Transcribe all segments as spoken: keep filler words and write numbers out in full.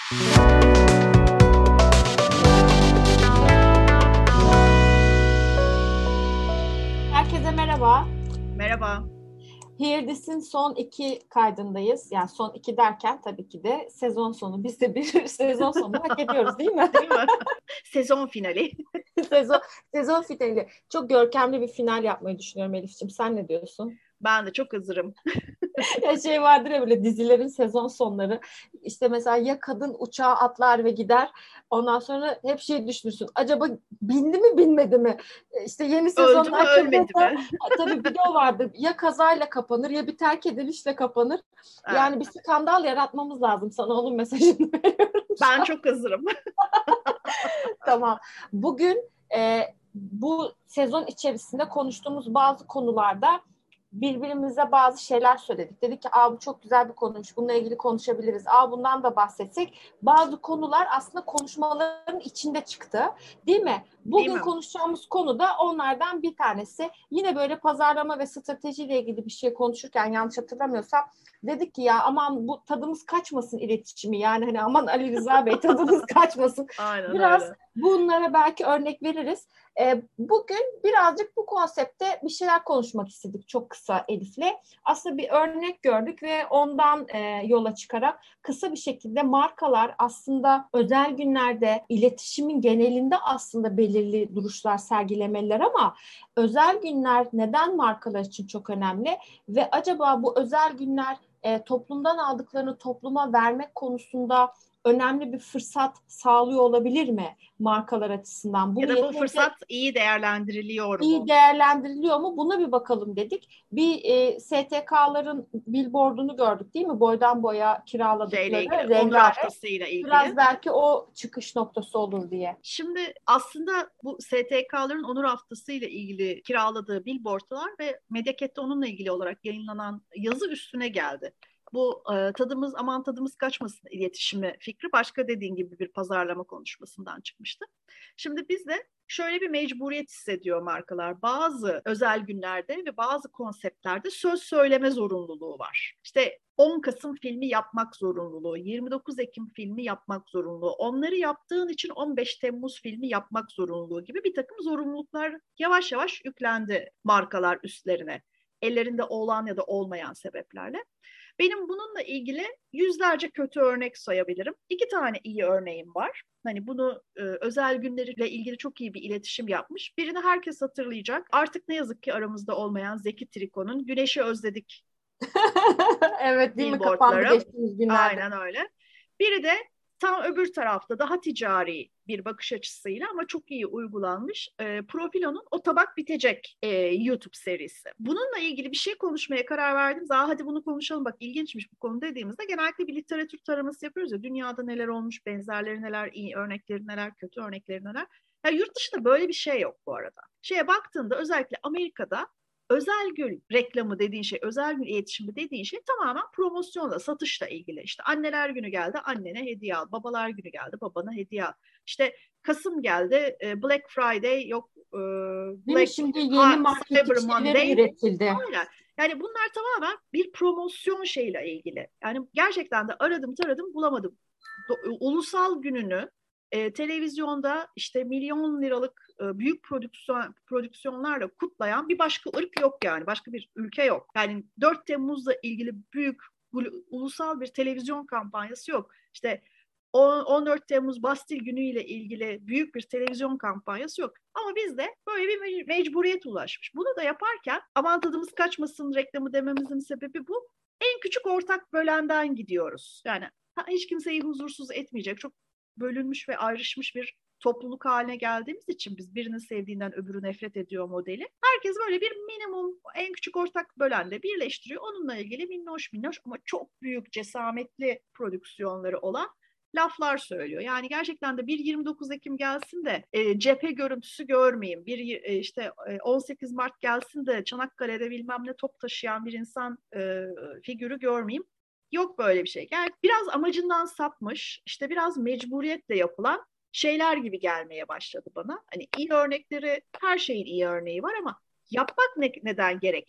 Herkese merhaba. Merhaba. Here This'in son iki kaydındayız. Yani son iki derken tabii ki de sezon sonu. Biz de bir sezon sonu hak ediyoruz değil mi? Değil mi? Sezon finali. sezon, sezon finali. Çok görkemli bir final yapmayı düşünüyorum Elif'ciğim. Sen ne diyorsun? Ben de çok hazırım. Ya şey vardır ya böyle dizilerin sezon sonları. İşte mesela ya kadın uçağa atlar ve gider. Ondan sonra hep şey düşünürsün. Acaba bindi mi binmedi mi? İşte yeni Öldü sezon mü ölmedi açıldığında mi? tabii bir de o vardı. Ya kazayla kapanır ya bir terk edilişle kapanır. Evet. Yani bir skandal yaratmamız lazım. Sana onun mesajını veriyorum şu Ben an. çok hazırım. Tamam. Bugün e, bu sezon içerisinde konuştuğumuz bazı konularda birbirimize bazı şeyler söyledik. Dedik ki aa bu çok güzel bir konuymuş. Bununla ilgili konuşabiliriz. Aa bundan da bahsetsek. Bazı konular aslında konuşmaların içinde çıktı. Değil mi? Değil Bugün mi? konuşacağımız konu da onlardan bir tanesi. Yine böyle pazarlama ve stratejiyle ilgili bir şey konuşurken yanlış hatırlamıyorsam dedik ki ya aman bu tadımız kaçmasın iletişimi. Yani hani aman Ali Rıza Bey tadımız kaçmasın. Aynen Biraz öyle. bunlara belki örnek veririz. E, bugün birazcık bu konsepte bir şeyler konuşmak istedik çok kısa Elif'le. Aslında bir örnek gördük ve ondan e, yola çıkarak kısa bir şekilde markalar aslında özel günlerde iletişimin genelinde aslında belirli duruşlar sergilemeliler ama özel günler neden markalar için çok önemli ve acaba bu özel günler e, toplumdan aldıklarını topluma vermek konusunda önemli bir fırsat sağlıyor olabilir mi markalar açısından? Ya Bunu da bu yeterince fırsat iyi değerlendiriliyor iyi mu? değerlendiriliyor mu? Buna bir bakalım dedik. Bir e, S T K'ların billboardunu gördük değil mi? Boydan boya Şeyle ilgili, kiraladıkları onur rengarenk. haftasıyla ilgili. Biraz belki o çıkış noktası olur diye. Şimdi aslında bu S T K'ların onur haftası ile ilgili kiraladığı billboardlar ve Medyaket'te onunla ilgili olarak yayınlanan yazı üstüne geldi. Bu e, tadımız aman tadımız kaçmasın iletişimi fikri başka dediğin gibi bir pazarlama konuşmasından çıkmıştı. Şimdi biz de şöyle bir mecburiyet hissediyor markalar. Bazı özel günlerde ve bazı konseptlerde söz söyleme zorunluluğu var. İşte on Kasım filmi yapmak zorunluluğu, yirmi dokuz Ekim filmi yapmak zorunluluğu, onları yaptığın için on beş Temmuz filmi yapmak zorunluluğu gibi bir takım zorunluluklar yavaş yavaş yüklendi markalar üstlerine. Ellerinde olan ya da olmayan sebeplerle. Benim bununla ilgili yüzlerce kötü örnek sayabilirim. İki tane iyi örneğim var. Hani bunu e, özel günleriyle ilgili çok iyi bir iletişim yapmış. Birini herkes hatırlayacak. Artık ne yazık ki aramızda olmayan Zeki Triko'nun Güneşi Özledik Evet değil mi? Kapandı billboardları. geçtiğimiz günlerde. Aynen öyle. Biri de tam öbür tarafta daha ticari bir bakış açısıyla ama çok iyi uygulanmış e, Profilo'nun O Tabak Bitecek e, YouTube serisi. Bununla ilgili bir şey konuşmaya karar verdim. Daha hadi bunu konuşalım bak ilginçmiş bu konu dediğimizde genellikle bir literatür taraması yapıyoruz ya dünyada neler olmuş, benzerleri neler, iyi örnekleri neler, kötü örnekleri neler. Ya yurt dışında böyle bir şey yok bu arada. Şeye baktığında özellikle Amerika'da özel gün reklamı dediğin şey, özel gün iletişimi dediğin şey tamamen promosyonla, satışla ilgili. İşte anneler günü geldi, annene hediye al. Babalar günü geldi, babana hediye al. İşte Kasım geldi, Black Friday yok, Değil mi? Black Şimdi yeni ha, marketing Cyber şeyleri Monday. üretildi. Aynen. Yani bunlar tamamen bir promosyon şeyle ilgili. Yani gerçekten de aradım taradım bulamadım. Ulusal gününü e, televizyonda işte milyon liralık e, büyük prodüksiyon prodüksiyonlarla kutlayan bir başka ırk yok yani. Başka bir ülke yok. Yani dört Temmuz'la ilgili büyük ulusal bir televizyon kampanyası yok. İşte on dört Temmuz Bastil Günü ile ilgili büyük bir televizyon kampanyası yok. Ama bizde böyle bir mecburiyet ulaşmış. Bunu da yaparken aman tadımız kaçmasın reklamı dememizin sebebi bu. En küçük ortak bölenden gidiyoruz. Yani hiç kimseyi huzursuz etmeyecek, çok bölünmüş ve ayrışmış bir topluluk haline geldiğimiz için biz birinin sevdiğinden öbürü nefret ediyor modeli. Herkes böyle bir minimum en küçük ortak bölende birleştiriyor. Onunla ilgili minnoş minnoş ama çok büyük cesametli prodüksiyonları olan laflar söylüyor. Yani gerçekten de bir yirmi dokuz Ekim gelsin de e, cephe görüntüsü görmeyeyim. Bir e, işte e, on sekiz Mart gelsin de Çanakkale'de bilmem ne top taşıyan bir insan e, figürü görmeyeyim. Yok böyle bir şey. Yani biraz amacından sapmış, işte biraz mecburiyetle yapılan şeyler gibi gelmeye başladı bana. Hani iyi örnekleri, her şeyin iyi örneği var ama yapmak ne, neden gerekli?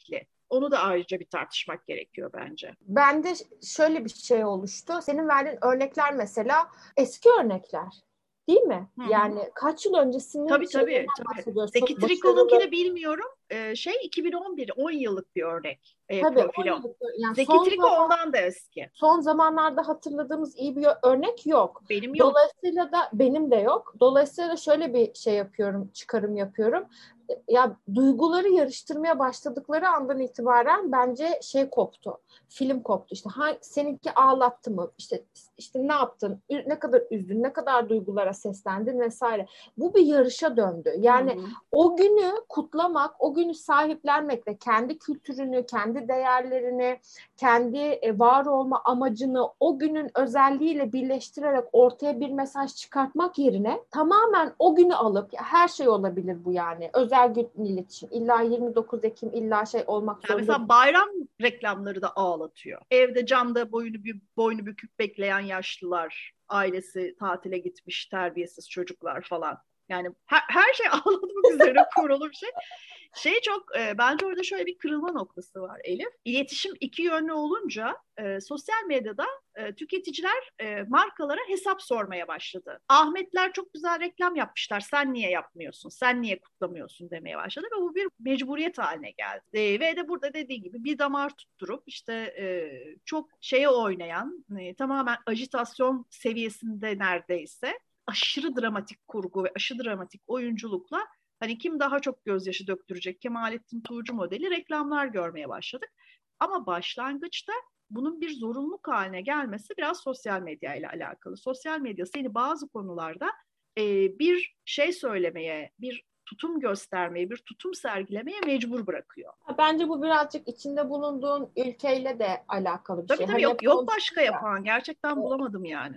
Onu da ayrıca bir tartışmak gerekiyor bence. Bende şöyle bir şey oluştu. Senin verdiğin örnekler mesela eski örnekler. Değil mi? Hı hı. Yani kaç yıl öncesinin Tabii tabii. şeylerinden tabii. bahsediyoruz. Zeki Çok başarılı. Triko'nunkini bilmiyorum. Ee, şey iki bin on bir, on yıllık bir örnek e, Tabii on profili. yıllık. Yani Zeki son Triko zaman ondan da eski. son zamanlarda hatırladığımız iyi bir örnek yok. Benim yok. Dolayısıyla da benim de yok. Dolayısıyla da şöyle bir şey yapıyorum, çıkarım yapıyorum. Ya duyguları yarıştırmaya başladıkları andan itibaren bence şey koptu. Film koptu. İşte ha, seninki ağlattı mı? İşte işte ne yaptın? Ne kadar üzdün? Ne kadar duygulara seslendin vesaire. Bu bir yarışa döndü. Yani Hı hı. o günü kutlamak, o günü sahiplenmek ve kendi kültürünü, kendi değerlerini, kendi e, var olma amacını o günün özelliğiyle birleştirerek ortaya bir mesaj çıkartmak yerine tamamen o günü alıp, her şey olabilir bu yani, özel gün iletişim, illa yirmi dokuz Ekim illa şey olmak Yani zorunda. mesela bayram reklamları da ağlatıyor. Evde camda boynu, boynu bükük bekleyen yaşlılar, ailesi tatile gitmiş, terbiyesiz çocuklar falan. Yani her, her şey ağlatmak üzerine kurulu bir şey. Şey çok e, bence orada şöyle bir kırılma noktası var Elif. İletişim iki yönlü olunca e, sosyal medyada e, tüketiciler e, markalara hesap sormaya başladı. Ahmetler çok güzel reklam yapmışlar. Sen niye yapmıyorsun? Sen niye kutlamıyorsun demeye başladı ve bu bir mecburiyet haline geldi. E, ve de burada dediği gibi bir damar tutturup işte e, çok şeye oynayan, e, tamamen ajitasyon seviyesinde neredeyse aşırı dramatik kurgu ve aşırı dramatik oyunculukla hani kim daha çok gözyaşı döktürecek Kemalettin Tuğcu modeli reklamlar görmeye başladık. Ama başlangıçta bunun bir zorunluluk haline gelmesi biraz sosyal medya ile alakalı. Sosyal medya seni bazı konularda e, bir şey söylemeye, bir tutum göstermeye, bir tutum sergilemeye mecbur bırakıyor. Bence bu birazcık içinde bulunduğun ülkeyle de alakalı bir Tabii şey. tabii Hani yok hep yok konuştuk başka ya. yapan. Gerçekten bulamadım yani.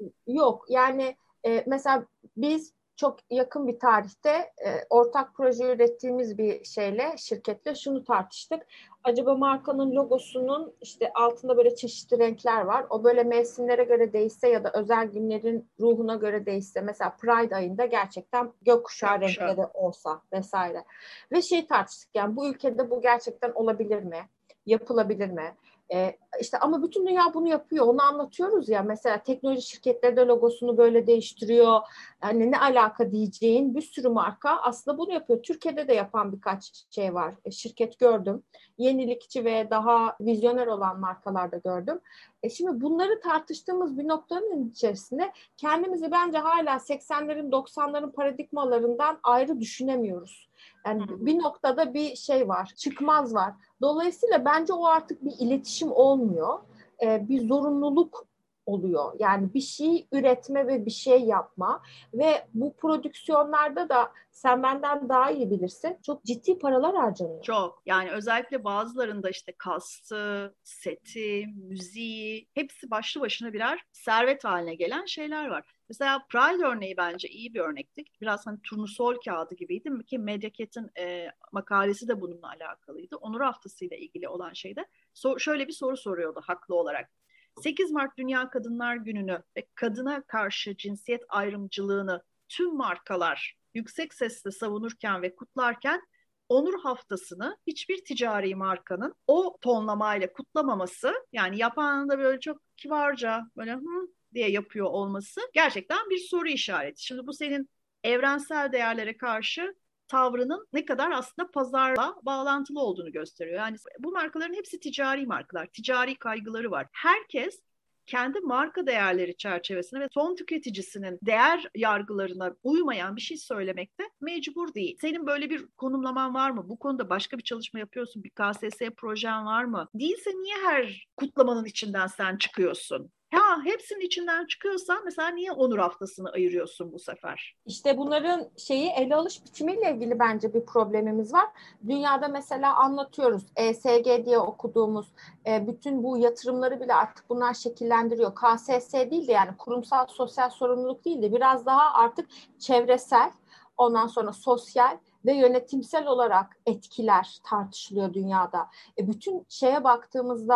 Yok yani e, mesela biz çok yakın bir tarihte e, ortak proje ürettiğimiz bir şeyle, şirketle şunu tartıştık. Acaba markanın logosunun işte altında böyle çeşitli renkler var. O böyle mevsimlere göre değişse ya da özel günlerin ruhuna göre değişse, mesela Pride ayında gerçekten gökkuşağı Gökkuşağı. renkleri olsa vesaire. Ve şey tartıştık, yani bu ülkede bu gerçekten olabilir mi? Yapılabilir mi? E, işte ama bütün dünya bunu yapıyor. Onu anlatıyoruz ya. Mesela teknoloji şirketleri de logosunu böyle değiştiriyor. Yani ne alaka diyeceğin bir sürü marka aslında bunu yapıyor. Türkiye'de de yapan birkaç şey var. E, şirket gördüm. Yenilikçi ve daha vizyoner olan markalarda gördüm. E şimdi bunları tartıştığımız bir noktanın içerisinde kendimizi bence hala seksenlerin doksanların paradigmalarından ayrı düşünemiyoruz. Yani bir noktada bir şey var, çıkmaz var. Dolayısıyla bence o artık bir iletişim olmuyor. Ee, bir zorunluluk oluyor. Yani bir şey üretme ve bir şey yapma. Ve bu prodüksiyonlarda da sen benden daha iyi bilirsin, çok ciddi paralar harcanıyor. Çok. Yani özellikle bazılarında işte kastı, seti, müziği hepsi başlı başına birer servet haline gelen şeyler var. Mesela Pride örneği bence iyi bir örnekti. Biraz hani turnusol kağıdı gibiydi ki Medyaket'in e, makalesi de bununla alakalıydı. Onur Haftası ile ilgili olan şeyde so- şöyle bir soru soruyordu haklı olarak. sekiz Mart Dünya Kadınlar Günü'nü ve kadına karşı cinsiyet ayrımcılığını tüm markalar yüksek sesle savunurken ve kutlarken Onur Haftası'nı hiçbir ticari markanın o tonlamayla kutlamaması, yani yapanın da böyle çok kibarca böyle hı diye yapıyor olması gerçekten bir soru işareti. Şimdi bu senin evrensel değerlere karşı tavrının ne kadar aslında pazarla bağlantılı olduğunu gösteriyor. Yani bu markaların hepsi ticari markalar, ticari kaygıları var. Herkes kendi marka değerleri çerçevesinde ve son tüketicisinin değer yargılarına uymayan bir şey söylemekte mecbur değil. Senin böyle bir konumlaman var mı? Bu konuda başka bir çalışma yapıyorsun, bir K S S projen var mı? Değilse niye her kutlamanın içinden sen çıkıyorsun? Ha, hepsinin içinden çıkıyorsan mesela niye Onur Haftası'nı ayırıyorsun bu sefer? İşte bunların şeyi ele alış biçimiyle ilgili bence bir problemimiz var. Dünyada mesela anlatıyoruz. E S G diye okuduğumuz e, bütün bu yatırımları bile artık bunlar şekillendiriyor. K S S değil de, yani kurumsal sosyal sorumluluk değil de biraz daha artık çevresel, ondan sonra sosyal ve yönetimsel olarak etkiler tartışılıyor dünyada. E, bütün şeye baktığımızda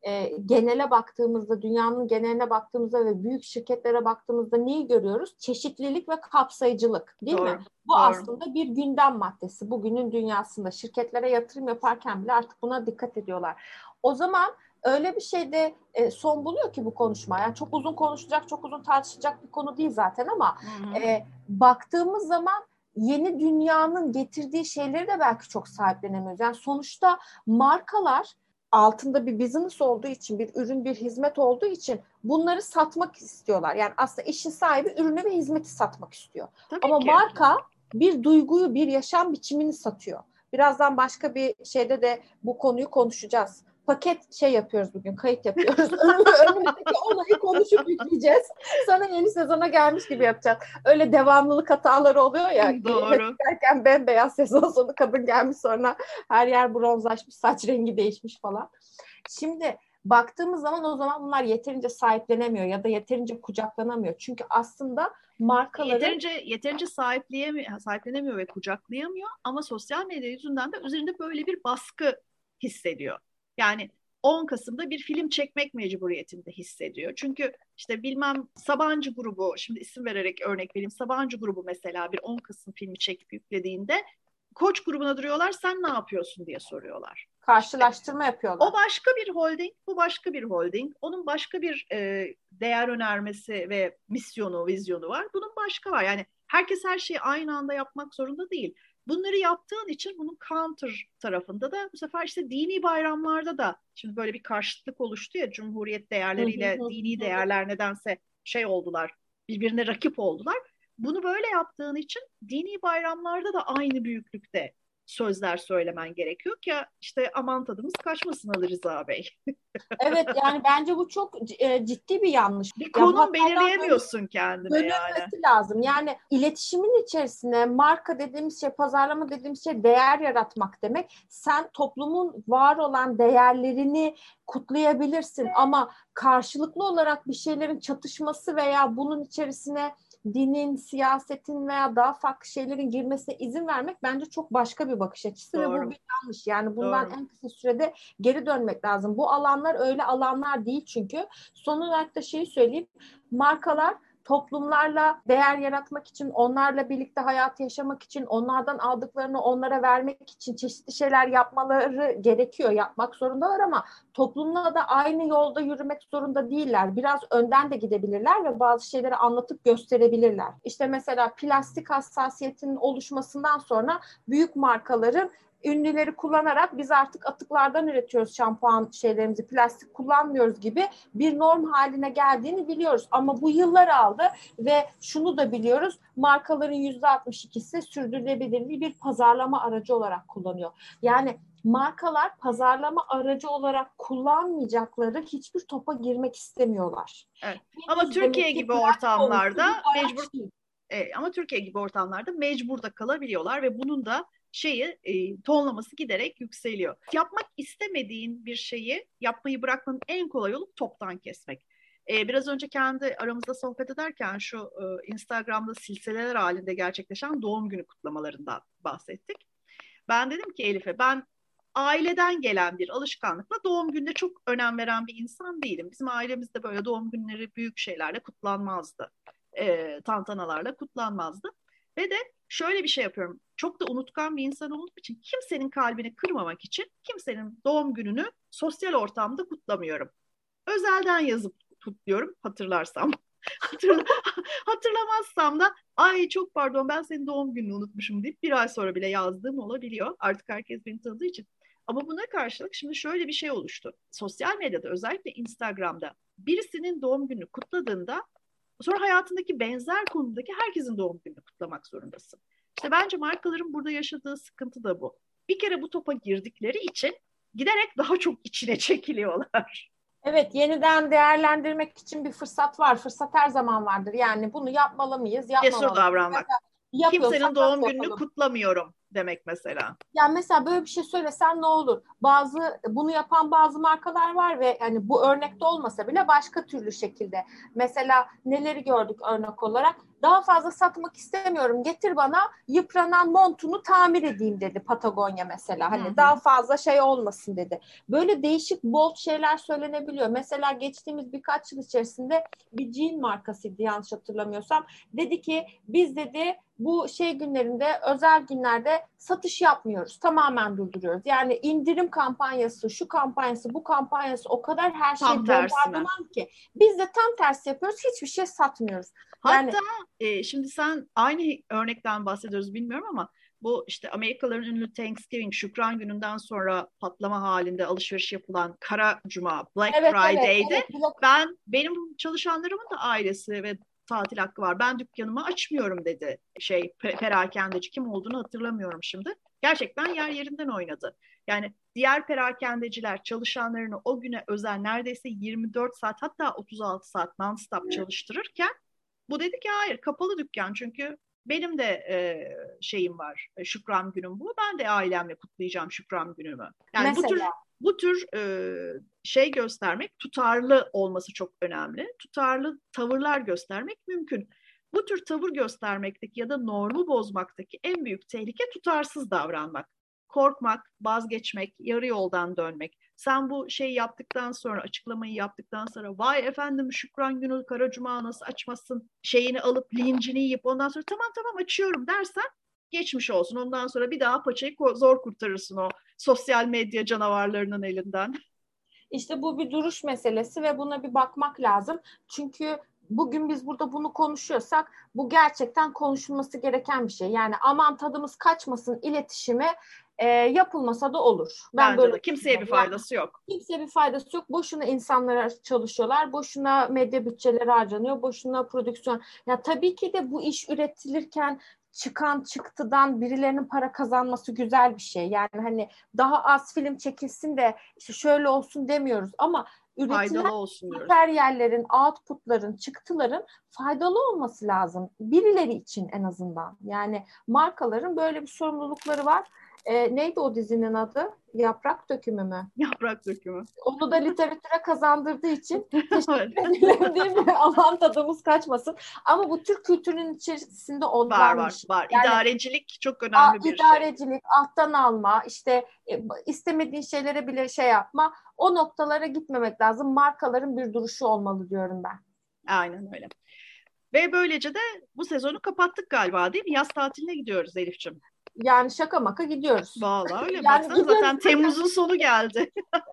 e, genele baktığımızda, dünyanın geneline baktığımızda ve büyük şirketlere baktığımızda neyi görüyoruz? Çeşitlilik ve kapsayıcılık, değil Doğru, mi? Bu doğru. aslında bir gündem maddesi. Bugünün dünyasında şirketlere yatırım yaparken bile artık buna dikkat ediyorlar. O zaman öyle bir şeyde e, son buluyor ki bu konuşma. Yani çok uzun konuşacak, çok uzun tartışacak bir konu değil zaten ama e, baktığımız zaman yeni dünyanın getirdiği şeyleri de belki çok sahiplenemiyoruz. Yani sonuçta markalar altında bir business olduğu için, bir ürün, bir hizmet olduğu için bunları satmak istiyorlar. Yani aslında işin sahibi ürünü ve hizmeti satmak istiyor. Tabii Ama ki. marka bir duyguyu, bir yaşam biçimini satıyor. Birazdan başka bir şeyde de bu konuyu konuşacağız. Paket şey yapıyoruz bugün, kayıt yapıyoruz. Önümüzdeki olayı konuşup yükleyeceğiz. Sana yeni sezona gelmiş gibi yapacağız. Öyle devamlılık hataları oluyor ya. Doğru. Derken bembeyaz, sezon sonu kadın gelmiş, sonra her yer bronzlaşmış, saç rengi değişmiş falan. Şimdi baktığımız zaman o zaman bunlar yeterince sahiplenemiyor ya da yeterince kucaklanamıyor. Çünkü aslında markaların Yeterince yeterince sahipleyemiyor, sahiplenemiyor ve kucaklayamıyor ama sosyal medya yüzünden de üzerinde böyle bir baskı hissediyor. Yani on Kasım'da bir film çekmek mecburiyetinde hissediyor. Çünkü işte bilmem Sabancı grubu, şimdi isim vererek örnek vereyim. Sabancı grubu mesela bir on Kasım filmi çekip yüklediğinde Koç grubuna duruyorlar, sen ne yapıyorsun diye soruyorlar. karşılaştırma yapıyorlar. O başka bir holding, bu başka bir holding. Onun başka bir e, değer önermesi ve misyonu, vizyonu var. Bunun başka var. Yani herkes her şeyi aynı anda yapmak zorunda değil. Bunları yaptığın için bunun counter tarafında da bu sefer işte dini bayramlarda da şimdi böyle bir karşıtlık oluştu ya, Cumhuriyet değerleriyle dini değerler nedense şey oldular, birbirine rakip oldular. Bunu böyle yaptığın için dini bayramlarda da aynı büyüklükte sözler söylemen gerekiyor ki işte aman tadımız kaçmasın Ali Rıza Bey. Evet, yani bence bu çok e, ciddi bir yanlış. Bir Ya konum belirleyemiyorsun kendine bölünmesi yani. lazım. Yani iletişimin içerisine marka dediğimiz şey, pazarlama dediğimiz şey değer yaratmak demek. Sen toplumun var olan değerlerini kutlayabilirsin ama karşılıklı olarak bir şeylerin çatışması veya bunun içerisine dinin, siyasetin veya daha farklı şeylerin girmesine izin vermek bence çok başka bir bakış açısı. Doğru. Ve bu bir yanlış. Yani bundan Doğru. en kısa sürede geri dönmek lazım. Bu alanlar öyle alanlar değil çünkü. Son olarak da şeyi söyleyeyim. Markalar toplumlarla değer yaratmak için, onlarla birlikte hayatı yaşamak için, onlardan aldıklarını onlara vermek için çeşitli şeyler yapmaları gerekiyor, yapmak zorundalar ama toplumla da aynı yolda yürümek zorunda değiller. Biraz önden de gidebilirler ve bazı şeyleri anlatıp gösterebilirler. İşte mesela plastik hassasiyetinin oluşmasından sonra büyük markaların ünlüleri kullanarak biz artık atıklardan üretiyoruz şampuan şeylerimizi, plastik kullanmıyoruz gibi bir norm haline geldiğini biliyoruz. Ama bu yıllar aldı ve şunu da biliyoruz, markaların yüzde altmış ikisi sürdürülebilirliği bir pazarlama aracı olarak kullanıyor. Yani markalar pazarlama aracı olarak kullanmayacakları hiçbir topa girmek istemiyorlar. Evet. Ama Türkiye gibi ortamlarda mecbur e, ama Türkiye gibi ortamlarda mecbur da kalabiliyorlar ve bunun da şeyi e, tonlaması giderek yükseliyor. Yapmak istemediğin bir şeyi yapmayı bırakmanın en kolay yolu toptan kesmek. E, biraz önce kendi aramızda sohbet ederken şu e, Instagram'da silsileler halinde gerçekleşen doğum günü kutlamalarından bahsettik. Ben dedim ki Elif'e, ben aileden gelen bir alışkanlıkla doğum gününe çok önem veren bir insan değilim. Bizim ailemizde böyle doğum günleri büyük şeylerle kutlanmazdı. E, tantanalarla kutlanmazdı. Ve de şöyle bir şey yapıyorum. Çok da unutkan bir insan olduğum için kimsenin kalbini kırmamak için kimsenin doğum gününü sosyal ortamda kutlamıyorum. Özelden yazıp kutluyorum hatırlarsam. Hatırla, hatırlamazsam da ay çok pardon ben senin doğum gününü unutmuşum deyip bir ay sonra bile yazdığım olabiliyor. Artık herkes beni tanıdığı için. Ama buna karşılık şimdi şöyle bir şey oluştu. Sosyal medyada özellikle Instagram'da birisinin doğum gününü kutladığında sonra hayatındaki benzer konudaki herkesin doğum gününü kutlamak zorundasın. İşte bence markaların burada yaşadığı sıkıntı da bu. Bir kere bu topa girdikleri için giderek daha çok içine çekiliyorlar. Evet, yeniden değerlendirmek için bir fırsat var. Fırsat her zaman vardır. Yani bunu yapmalı mıyız? Yapmamalı. Cesur davranmak. Kimsenin doğum gününü kutlamıyorum demek mesela. Yani mesela böyle bir şey söylesen ne olur? Bazı bunu yapan bazı markalar var ve hani bu örnekte olmasa bile başka türlü şekilde. Mesela neleri gördük örnek olarak? Daha fazla satmak istemiyorum. Getir bana yıpranan montunu tamir edeyim dedi Patagonya mesela. Hani Hı hı. daha fazla şey olmasın dedi. Böyle değişik bold şeyler söylenebiliyor. Mesela geçtiğimiz birkaç yıl içerisinde bir jean markasıydı yanlış hatırlamıyorsam. Dedi ki biz dedi bu şey günlerinde, özel günlerde satış yapmıyoruz. Tamamen durduruyoruz. Yani indirim kampanyası, şu kampanyası, bu kampanyası o kadar her şey Tam tersine. bombardıman ki. Biz de tam tersi yapıyoruz. Hiçbir şey satmıyoruz. Yani Hatta e, şimdi sen aynı örnekten bahsediyoruz bilmiyorum ama bu işte Amerikalıların ünlü Thanksgiving, Şükran Günü'nden sonra patlama halinde alışveriş yapılan Kara Cuma, Black evet evet Friday'de evet. Blok, ben benim çalışanlarımın da ailesi ve tatil hakkı var. Ben dükkanımı açmıyorum dedi şey perakendeci, kim olduğunu hatırlamıyorum şimdi. Gerçekten yer yerinden oynadı. Yani diğer perakendeciler çalışanlarını o güne özel neredeyse yirmi dört saat, hatta otuz altı saat non-stop çalıştırırken bu dedi ki hayır, kapalı dükkan, çünkü benim de e, şeyim var, e, Şükran günüm bu. Ben de ailemle kutlayacağım Şükran günümü. Yani bu tür mesela bu tür e, şey göstermek, tutarlı olması çok önemli. Tutarlı tavırlar göstermek mümkün. Bu tür tavır göstermekteki ya da normu bozmaktaki en büyük tehlike tutarsız davranmak. Korkmak, vazgeçmek, yarı yoldan dönmek. Sen bu şeyi yaptıktan sonra, açıklamayı yaptıktan sonra, vay efendim Şükran Günü Kara Cuma nasıl açmasın şeyini alıp lincini yiyip ondan sonra tamam tamam açıyorum dersen geçmiş olsun. Ondan sonra bir daha paçayı zor kurtarırsın o sosyal medya canavarlarının elinden. İşte bu bir duruş meselesi ve buna bir bakmak lazım. Çünkü bugün biz burada bunu konuşuyorsak bu gerçekten konuşulması gereken bir şey. Yani aman tadımız kaçmasın iletişimi e, yapılmasa da olur. Ben Bence böyle de kimseye bir düşünüyorum. Yani faydası yok. kimseye bir faydası yok. Boşuna insanlara çalışıyorlar. Boşuna medya bütçeleri harcanıyor. Boşuna prodüksiyon. Ya tabii ki de bu iş üretilirken çıkan çıktıdan birilerinin para kazanması güzel bir şey. Yani hani daha az film çekilsin de işte şöyle olsun demiyoruz ama üretilen Faydalı olsun diyoruz. materyallerin, outputların, çıktıların faydalı olması lazım. Birileri için en azından. Yani markaların böyle bir sorumlulukları var. E, neydi o dizinin adı? Yaprak Dökümü mü? Yaprak dökümü. Onu da literatüre kazandırdığı için teşekkür ederim değil mi? Aman tadımız kaçmasın. Ama bu Türk kültürünün içerisinde Var var olan bir şey. var. Yani İdarecilik çok a, önemli bir şey. idarecilik, alttan alma, işte e, istemediğin şeylere bile şey yapma. O noktalara gitmemek lazım. Markaların bir duruşu olmalı diyorum ben. Aynen öyle. Ve böylece de bu sezonu kapattık galiba, değil mi? Yaz tatiline gidiyoruz Elif'ciğim. Yani şaka maka gidiyoruz. Vallahi öyle. Yani Baksana gidiyoruz. zaten Temmuz'un sonu geldi.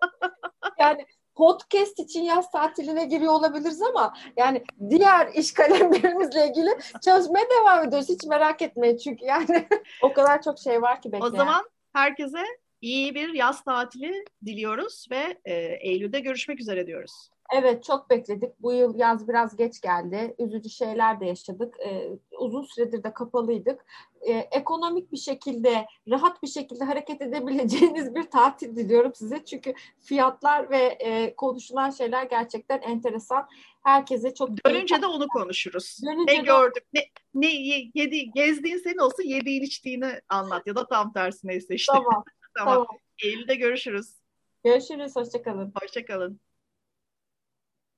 Yani podcast için yaz tatiline giriyor olabiliriz ama yani diğer iş kalemlerimizle ilgili çalışmaya devam ediyoruz. Hiç merak etmeyin çünkü yani o kadar çok şey var ki O bekleyen. zaman herkese iyi bir yaz tatili diliyoruz ve e, Eylül'de görüşmek üzere diyoruz. Evet çok bekledik. Bu yıl yaz biraz geç geldi. Üzücü şeyler de yaşadık. Ee, uzun süredir de kapalıydık. Ee, ekonomik bir şekilde, rahat bir şekilde hareket edebileceğiniz bir tatil diliyorum size. Çünkü fiyatlar ve e, konuşulan şeyler gerçekten enteresan. Herkese çok iyi. Dönünce de onu konuşuruz. Ne Dönünce de gördük, ne, ne yedi, gezdiğin senin olsun, yediğin içtiğini anlat ya da tam tersi neyse işte. tamam. Tamam. Tamam. Eylül'de görüşürüz. Görüşürüz. Hoşça kalın. Hoşça kalın.